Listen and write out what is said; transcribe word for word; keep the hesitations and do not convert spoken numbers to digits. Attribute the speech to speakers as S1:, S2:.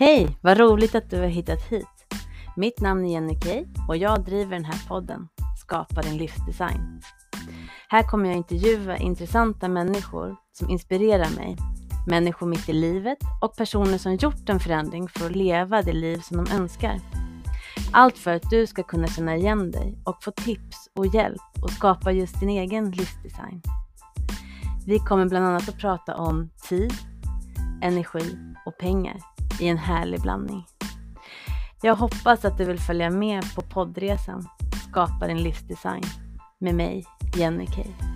S1: Hej, vad roligt att du har hittat hit. Mitt namn är Jenny Kay och jag driver den här podden, Skapa din livsdesign. Här kommer jag intervjua intressanta människor som inspirerar mig. Människor mitt i livet och personer som gjort en förändring för att leva det liv som de önskar. Allt för att du ska kunna känna igen dig och få tips och hjälp och skapa just din egen livsdesign. Vi kommer bland annat att prata om tid, energi och pengar i en härlig blandning. Jag hoppas att du vill följa med på poddresan Skapa din livsdesign med mig, Jenny Kay.